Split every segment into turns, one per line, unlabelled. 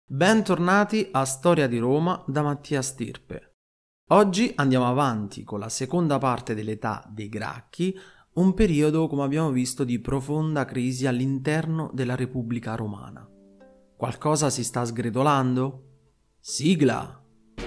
Bentornati a Storia di Roma da Mattia Stirpe. Oggi andiamo avanti con la seconda parte dell'età dei Gracchi, un periodo, come abbiamo visto, di profonda crisi all'interno della Repubblica Romana. Qualcosa si sta sgretolando? Sigla!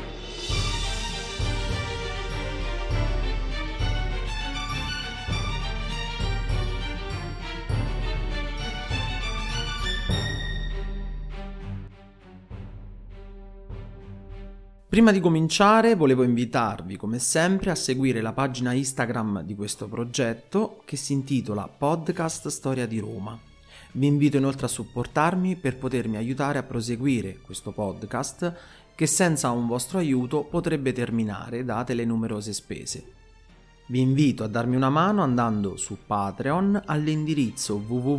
Prima di cominciare volevo invitarvi come sempre a seguire la pagina Instagram di questo progetto che si intitola Podcast Storia di Roma. Vi invito inoltre a supportarmi per potermi aiutare a proseguire questo podcast che senza un vostro aiuto potrebbe terminare date le numerose spese. Vi invito a darmi una mano andando su Patreon all'indirizzo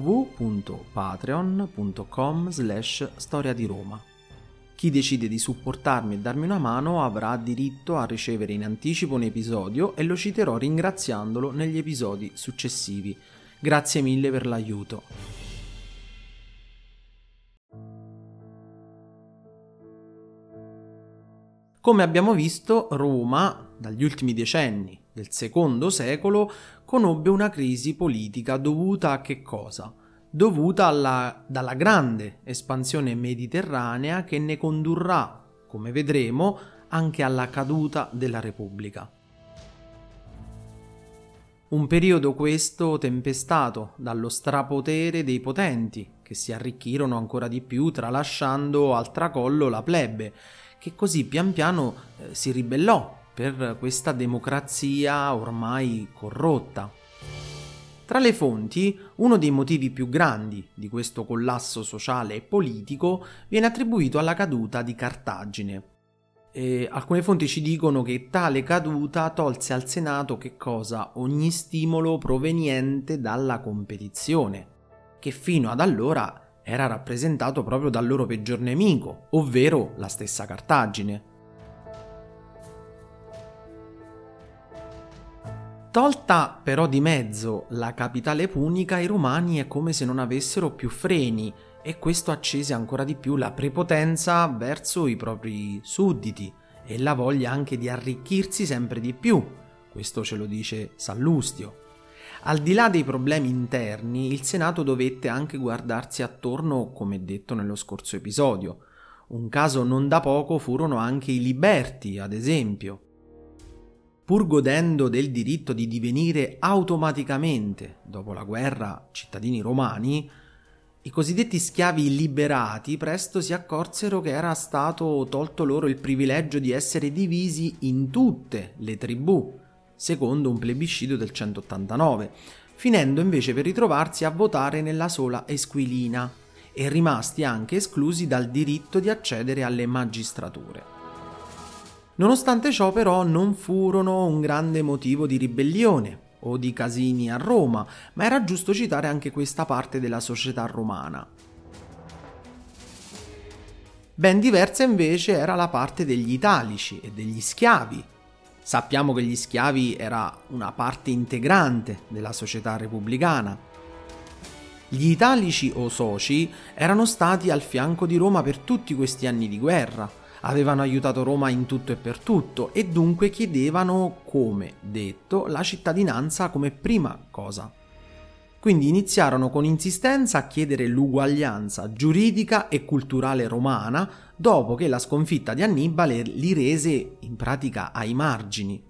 www.patreon.com/storia di Roma. Chi decide di supportarmi e darmi una mano avrà diritto a ricevere in anticipo un episodio e lo citerò ringraziandolo negli episodi successivi. Grazie mille per l'aiuto. Come abbiamo visto, Roma, dagli ultimi decenni del secondo secolo, conobbe una crisi politica dovuta a che cosa? Dovuta dalla grande espansione mediterranea che ne condurrà, come vedremo, anche alla caduta della Repubblica. Un periodo questo tempestato dallo strapotere dei potenti, che si arricchirono ancora di più tralasciando al tracollo la plebe, che così pian piano si ribellò per questa democrazia ormai corrotta. Tra le fonti, uno dei motivi più grandi di questo collasso sociale e politico viene attribuito alla caduta di Cartagine. Alcune fonti ci dicono che tale caduta tolse al Senato che cosa? Ogni stimolo proveniente dalla competizione, che fino ad allora era rappresentato proprio dal loro peggior nemico, ovvero la stessa Cartagine. Tolta però di mezzo la capitale punica, i romani è come se non avessero più freni e questo accese ancora di più la prepotenza verso i propri sudditi e la voglia anche di arricchirsi sempre di più. Questo ce lo dice Sallustio. Al di là dei problemi interni, il Senato dovette anche guardarsi attorno, come detto nello scorso episodio. Un caso non da poco furono anche i liberti, ad esempio. Pur godendo del diritto di divenire automaticamente, dopo la guerra, cittadini romani, i cosiddetti schiavi liberati presto si accorsero che era stato tolto loro il privilegio di essere divisi in tutte le tribù, secondo un plebiscito del 189, finendo invece per ritrovarsi a votare nella sola Esquilina e rimasti anche esclusi dal diritto di accedere alle magistrature. Nonostante ciò però non furono un grande motivo di ribellione o di casini a Roma, ma era giusto citare anche questa parte della società romana. Ben diversa invece era la parte degli italici e degli schiavi. Sappiamo che gli schiavi era una parte integrante della società repubblicana. Gli italici o soci erano stati al fianco di Roma per tutti questi anni di guerra. Avevano aiutato Roma in tutto e per tutto e dunque chiedevano, come detto, la cittadinanza come prima cosa. Quindi iniziarono con insistenza a chiedere l'uguaglianza giuridica e culturale romana dopo che la sconfitta di Annibale li rese in pratica ai margini.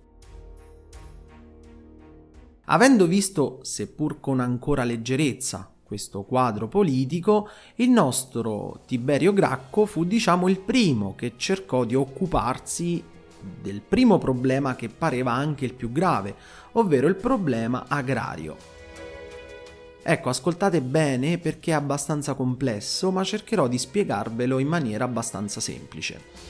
Avendo visto, seppur con ancora leggerezza, questo quadro politico, il nostro Tiberio Gracco fu il primo che cercò di occuparsi del primo problema che pareva anche il più grave, ovvero il problema agrario. Ecco, ascoltate bene perché è abbastanza complesso, ma cercherò di spiegarvelo in maniera abbastanza semplice.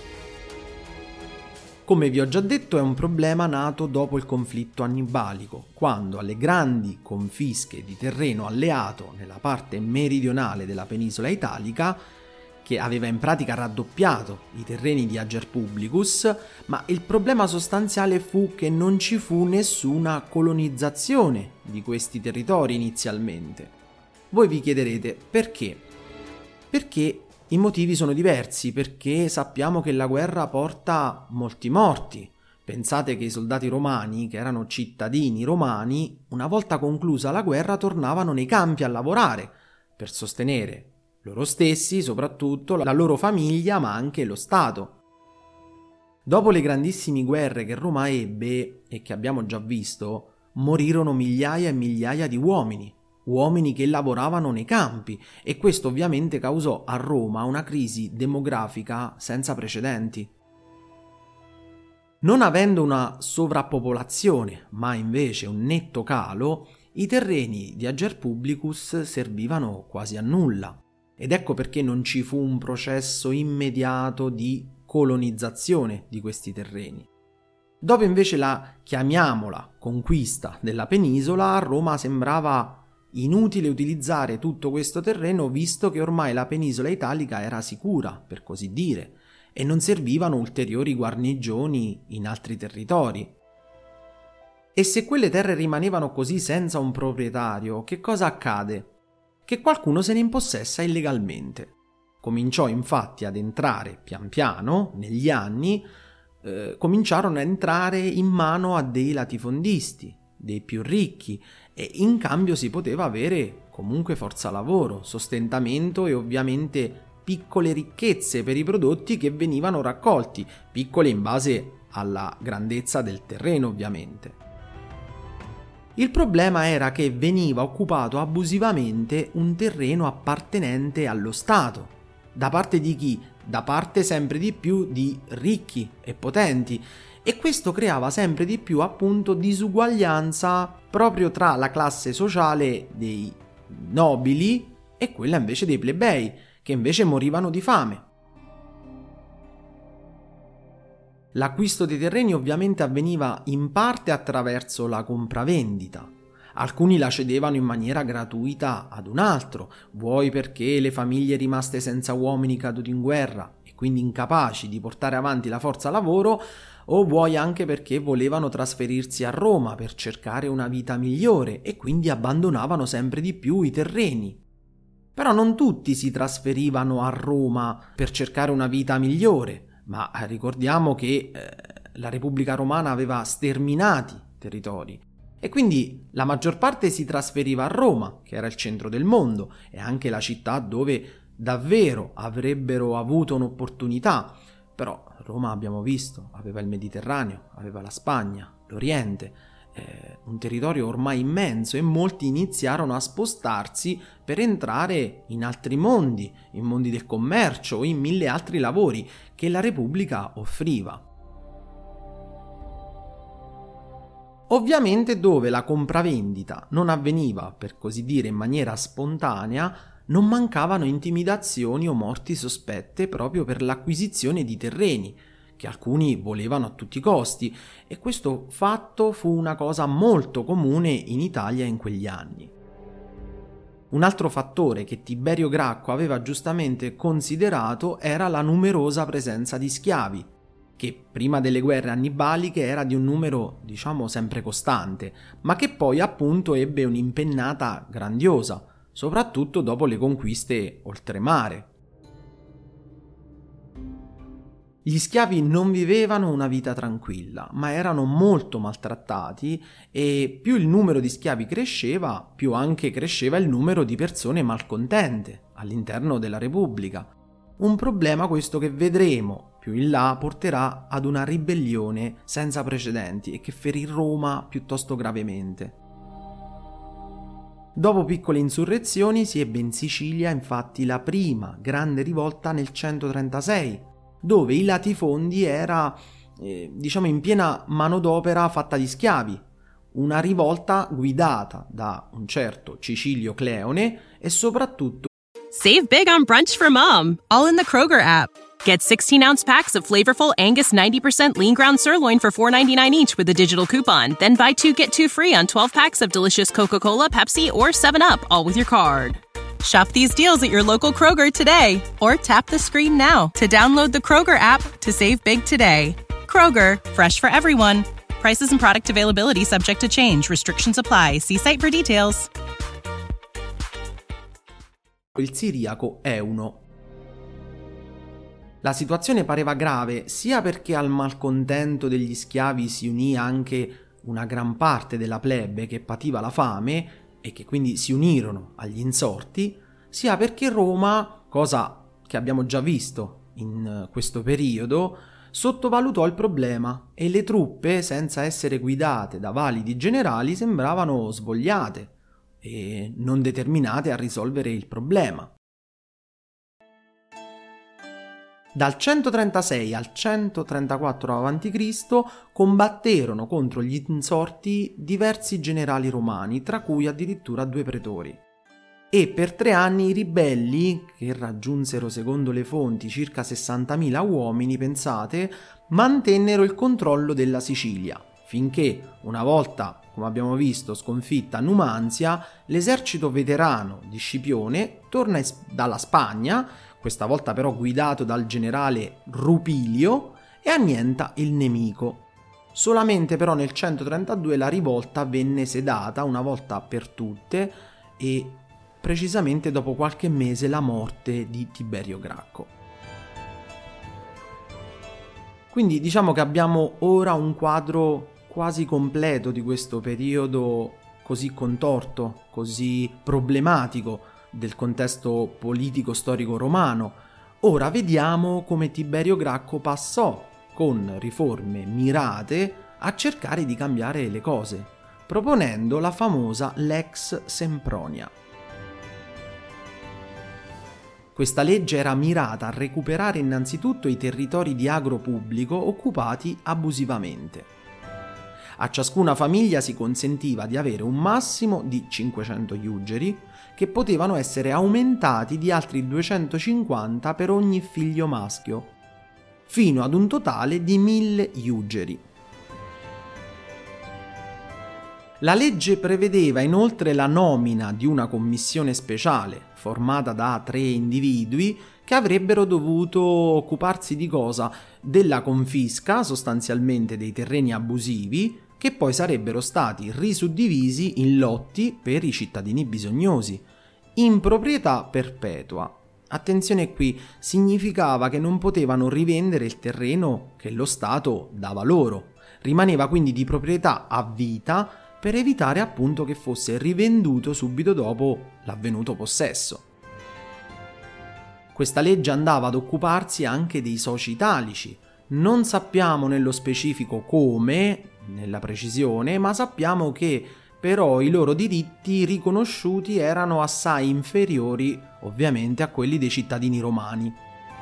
Come vi ho già detto, è un problema nato dopo il conflitto annibalico, quando alle grandi confische di terreno alleato nella parte meridionale della penisola italica, che aveva in pratica raddoppiato i terreni di Ager Publicus, ma il problema sostanziale fu che non ci fu nessuna colonizzazione di questi territori inizialmente. Voi vi chiederete perché? Perché I motivi sono diversi perché sappiamo che la guerra porta molti morti. Pensate che i soldati romani, che erano cittadini romani, una volta conclusa la guerra tornavano nei campi a lavorare per sostenere loro stessi, soprattutto la loro famiglia, ma anche lo Stato. Dopo le grandissime guerre che Roma ebbe e che abbiamo già visto, morirono migliaia e migliaia di uomini che lavoravano nei campi, e questo ovviamente causò a Roma una crisi demografica senza precedenti. Non avendo una sovrappopolazione, ma invece un netto calo, i terreni di Ager Publicus servivano quasi a nulla. Ed ecco perché non ci fu un processo immediato di colonizzazione di questi terreni. Dopo invece la, chiamiamola, conquista della penisola, a Roma sembrava inutile utilizzare tutto questo terreno visto che ormai la penisola italica era sicura, per così dire, e non servivano ulteriori guarnigioni in altri territori. E se quelle terre rimanevano così senza un proprietario, che cosa accade? Che qualcuno se ne impossessa illegalmente. Cominciò infatti ad entrare pian piano, negli anni, cominciarono a entrare in mano a dei latifondisti, dei più ricchi, e in cambio si poteva avere comunque forza lavoro, sostentamento e ovviamente piccole ricchezze per i prodotti che venivano raccolti, piccole in base alla grandezza del terreno ovviamente. Il problema era che veniva occupato abusivamente un terreno appartenente allo Stato. Da parte di chi? Da parte sempre di più di ricchi e potenti, e questo creava sempre di più appunto disuguaglianza proprio tra la classe sociale dei nobili e quella invece dei plebei, che invece morivano di fame. L'acquisto dei terreni ovviamente avveniva in parte attraverso la compravendita. Alcuni la cedevano in maniera gratuita ad un altro, vuoi perché le famiglie rimaste senza uomini caduti in guerra e quindi incapaci di portare avanti la forza lavoro, o vuoi anche perché volevano trasferirsi a Roma per cercare una vita migliore e quindi abbandonavano sempre di più i terreni. Però non tutti si trasferivano a Roma per cercare una vita migliore, ma ricordiamo che la Repubblica Romana aveva sterminati territori e quindi la maggior parte si trasferiva a Roma, che era il centro del mondo e anche la città dove davvero avrebbero avuto un'opportunità. Però Roma, abbiamo visto, aveva il Mediterraneo, aveva la Spagna, l'Oriente, un territorio ormai immenso, e molti iniziarono a spostarsi per entrare in altri mondi, in mondi del commercio o in mille altri lavori che la Repubblica offriva. Ovviamente dove la compravendita non avveniva, per così dire, in maniera spontanea, non mancavano intimidazioni o morti sospette proprio per l'acquisizione di terreni, che alcuni volevano a tutti i costi, e questo fatto fu una cosa molto comune in Italia in quegli anni. Un altro fattore che Tiberio Gracco aveva giustamente considerato era la numerosa presenza di schiavi, che prima delle guerre annibaliche era di un numero, diciamo, sempre costante, ma che poi appunto ebbe un'impennata grandiosa, soprattutto dopo le conquiste oltremare. Gli schiavi non vivevano una vita tranquilla, ma erano molto maltrattati, e più il numero di schiavi cresceva, più anche cresceva il numero di persone malcontente all'interno della Repubblica. Un problema questo che vedremo più in là porterà ad una ribellione senza precedenti e che ferì Roma piuttosto gravemente. Dopo piccole insurrezioni si ebbe in Sicilia infatti la prima grande rivolta nel 136, dove i latifondi era, in piena manodopera fatta di schiavi. Una rivolta guidata da un certo Cicilio Cleone e soprattutto
Save big on brunch for mom, all in the Kroger app. Get 16-ounce packs of flavorful Angus 90% lean ground sirloin for $4.99 each with a digital coupon. Then buy 2, get 2 free on 12 packs of delicious Coca-Cola, Pepsi, or 7-Up, all with your card. Shop these deals at your local Kroger today, or tap the screen now to download the Kroger app to save big today. Kroger, fresh for everyone. Prices and product availability subject to change. Restrictions apply. See site for details.
il siriaco Euno. La situazione pareva grave sia perché al malcontento degli schiavi si unì anche una gran parte della plebe che pativa la fame e che quindi si unirono agli insorti, sia perché Roma, cosa che abbiamo già visto in questo periodo, sottovalutò il problema e le truppe, senza essere guidate da validi generali, sembravano svogliate e non determinate a risolvere il problema. Dal 136 al 134 a.C. combatterono contro gli insorti diversi generali romani, tra cui addirittura 2 pretori. E per 3 anni i ribelli, che raggiunsero secondo le fonti circa 60.000 uomini, pensate, mantennero il controllo della Sicilia, finché, una volta, come abbiamo visto, sconfitta Numanzia, l'esercito veterano di Scipione torna dalla Spagna, questa volta però guidato dal generale Rupilio, e annienta il nemico. Solamente però nel 132 la rivolta venne sedata una volta per tutte e precisamente dopo qualche mese la morte di Tiberio Gracco. Quindi diciamo che abbiamo ora un quadro quasi completo di questo periodo così contorto, così problematico del contesto politico-storico romano. Ora vediamo come Tiberio Gracco passò, con riforme mirate, a cercare di cambiare le cose, proponendo la famosa Lex Sempronia. Questa legge era mirata a recuperare innanzitutto i territori di agro pubblico occupati abusivamente. A ciascuna famiglia si consentiva di avere un massimo di 500 iugeri, che potevano essere aumentati di altri 250 per ogni figlio maschio, fino ad un totale di 1000 iugeri. La legge prevedeva inoltre la nomina di una commissione speciale, formata da 3 individui, che avrebbero dovuto occuparsi di cosa? Della confisca, sostanzialmente, dei terreni abusivi, che poi sarebbero stati risuddivisi in lotti per i cittadini bisognosi, in proprietà perpetua. Attenzione qui, significava che non potevano rivendere il terreno che lo Stato dava loro, rimaneva quindi di proprietà a vita per evitare appunto che fosse rivenduto subito dopo l'avvenuto possesso. Questa legge andava ad occuparsi anche dei soci italici. Non sappiamo nello specifico come, nella precisione, ma sappiamo che però i loro diritti riconosciuti erano assai inferiori, ovviamente, a quelli dei cittadini romani.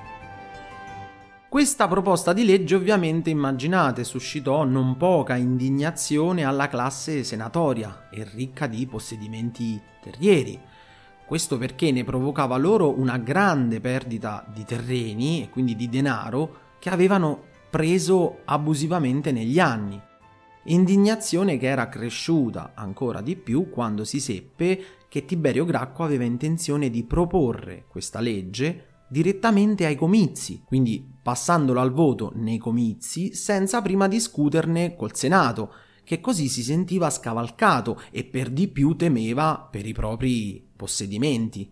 Questa proposta di legge, ovviamente, immaginate, suscitò non poca indignazione alla classe senatoria e ricca di possedimenti terrieri. Questo perché ne provocava loro una grande perdita di terreni e quindi di denaro che avevano preso abusivamente negli anni. Indignazione che era cresciuta ancora di più quando si seppe che Tiberio Gracco aveva intenzione di proporre questa legge direttamente ai comizi, quindi passandolo al voto nei comizi senza prima discuterne col Senato, che così si sentiva scavalcato e per di più temeva per i propri possedimenti.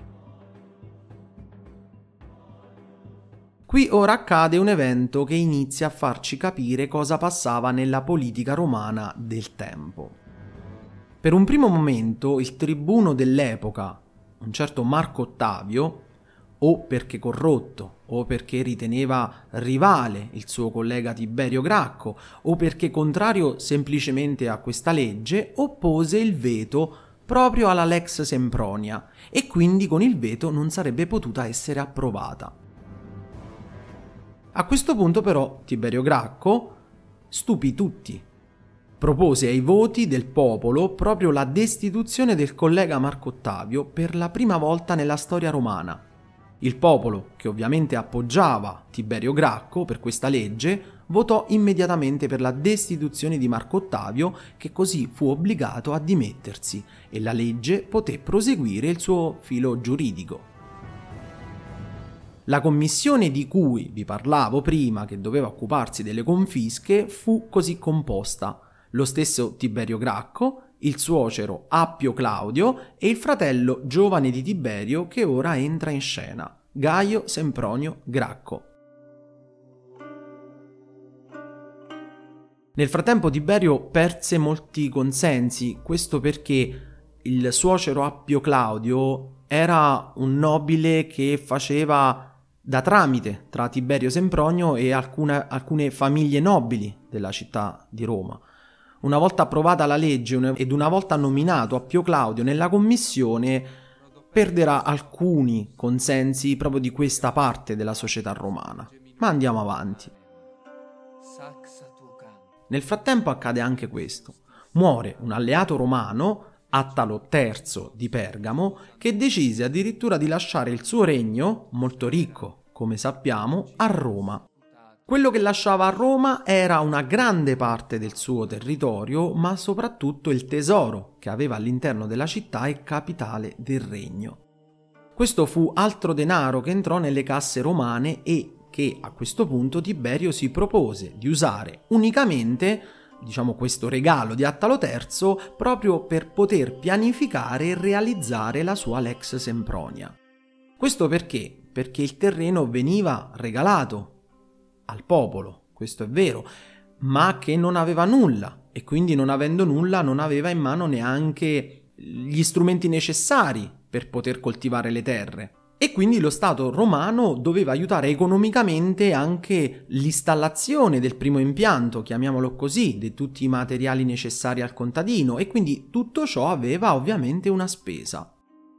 Qui ora accade un evento che inizia a farci capire cosa passava nella politica romana del tempo. Per un primo momento il tribuno dell'epoca, un certo Marco Ottavio, o perché corrotto, o perché riteneva rivale il suo collega Tiberio Gracco, o perché contrario semplicemente a questa legge, oppose il veto proprio alla Lex Sempronia e quindi con il veto non sarebbe potuta essere approvata. A questo punto però Tiberio Gracco stupì tutti. Propose ai voti del popolo proprio la destituzione del collega Marco Ottavio per la prima volta nella storia romana. Il popolo, che ovviamente appoggiava Tiberio Gracco per questa legge, votò immediatamente per la destituzione di Marco Ottavio, che così fu obbligato a dimettersi e la legge poté proseguire il suo filo giuridico. La commissione di cui vi parlavo prima, che doveva occuparsi delle confische, fu così composta: lo stesso Tiberio Gracco, il suocero Appio Claudio e il fratello giovane di Tiberio che ora entra in scena, Gaio Sempronio Gracco. Nel frattempo Tiberio perse molti consensi, questo perché il suocero Appio Claudio era un nobile che faceva da tramite tra Tiberio Sempronio e alcune famiglie nobili della città di Roma. Una volta approvata la legge ed una volta nominato Appio Claudio nella commissione, perderà alcuni consensi proprio di questa parte della società romana. Ma andiamo avanti. Nel frattempo accade anche questo. Muore un alleato romano, Attalo III di Pergamo, che decise addirittura di lasciare il suo regno, molto ricco, come sappiamo, a Roma. Quello che lasciava a Roma era una grande parte del suo territorio, ma soprattutto il tesoro che aveva all'interno della città e capitale del regno. Questo fu altro denaro che entrò nelle casse romane e che a questo punto Tiberio si propose di usare unicamente, questo regalo di Attalo III, proprio per poter pianificare e realizzare la sua Lex Sempronia. Questo perché? Perché il terreno veniva regalato al popolo, questo è vero, ma che non aveva nulla e quindi non avendo nulla non aveva in mano neanche gli strumenti necessari per poter coltivare le terre. E quindi lo Stato romano doveva aiutare economicamente anche l'installazione del primo impianto, chiamiamolo così, di tutti i materiali necessari al contadino, e quindi tutto ciò aveva ovviamente una spesa.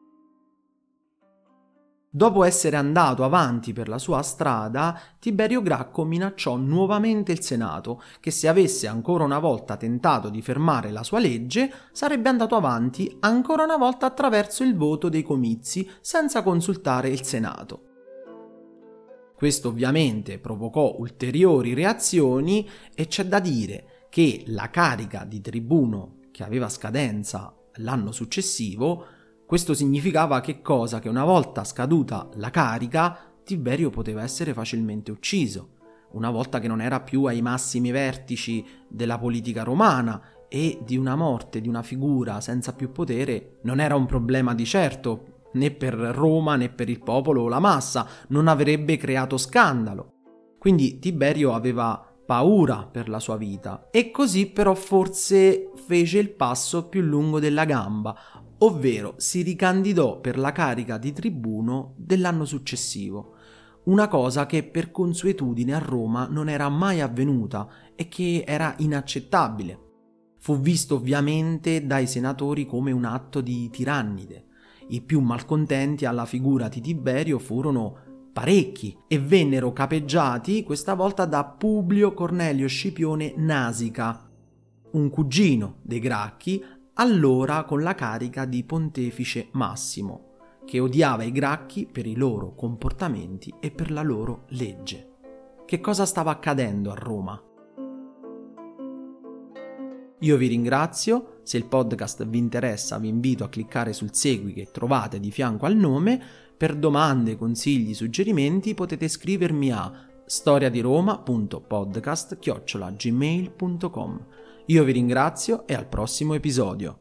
Dopo essere andato avanti per la sua strada, Tiberio Gracco minacciò nuovamente il Senato che se avesse ancora una volta tentato di fermare la sua legge, sarebbe andato avanti ancora una volta attraverso il voto dei comizi, senza consultare il Senato. Questo ovviamente provocò ulteriori reazioni e c'è da dire che la carica di tribuno, che aveva scadenza l'anno successivo, questo significava che cosa? Che una volta scaduta la carica, Tiberio poteva essere facilmente ucciso, una volta che non era più ai massimi vertici della politica romana, e di una morte di una figura senza più potere non era un problema di certo, né per Roma né per il popolo o la massa, non avrebbe creato scandalo. Quindi Tiberio aveva paura per la sua vita e così però forse fece il passo più lungo della gamba, ovvero si ricandidò per la carica di tribuno dell'anno successivo, una cosa che per consuetudine a Roma non era mai avvenuta e che era inaccettabile. Fu visto ovviamente dai senatori come un atto di tirannide. I più malcontenti alla figura di Tiberio furono parecchi e vennero capeggiati questa volta da Publio Cornelio Scipione Nasica, un cugino dei Gracchi, allora con la carica di pontefice massimo, che odiava i Gracchi per i loro comportamenti e per la loro legge. Che cosa stava accadendo a Roma? Io vi ringrazio, se il podcast vi interessa vi invito a cliccare sul segui che trovate di fianco al nome. Per domande, consigli, suggerimenti potete scrivermi a storiadiroma.podcast@gmail.com. Io vi ringrazio e al prossimo episodio.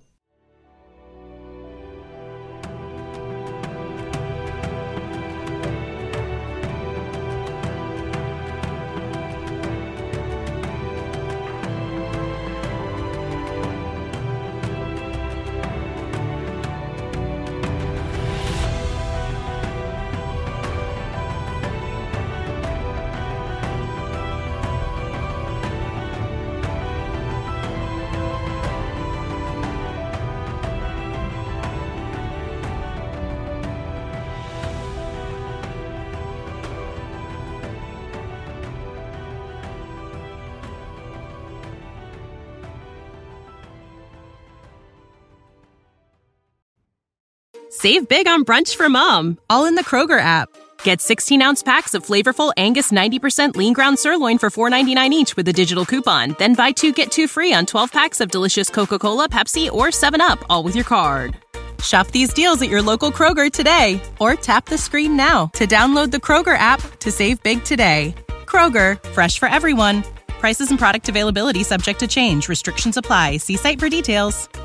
Save big on brunch for mom, all in the Kroger app. Get 16-ounce packs of flavorful Angus 90% lean ground sirloin for $4.99 each with a digital coupon. Then buy 2, get 2 free on 12 packs of delicious Coca-Cola, Pepsi, or 7-Up, all with your card. Shop these deals at your local Kroger today, or tap the screen now to download the Kroger app to save big today. Kroger, fresh for everyone. Prices and product availability subject to change. Restrictions apply. See site for details.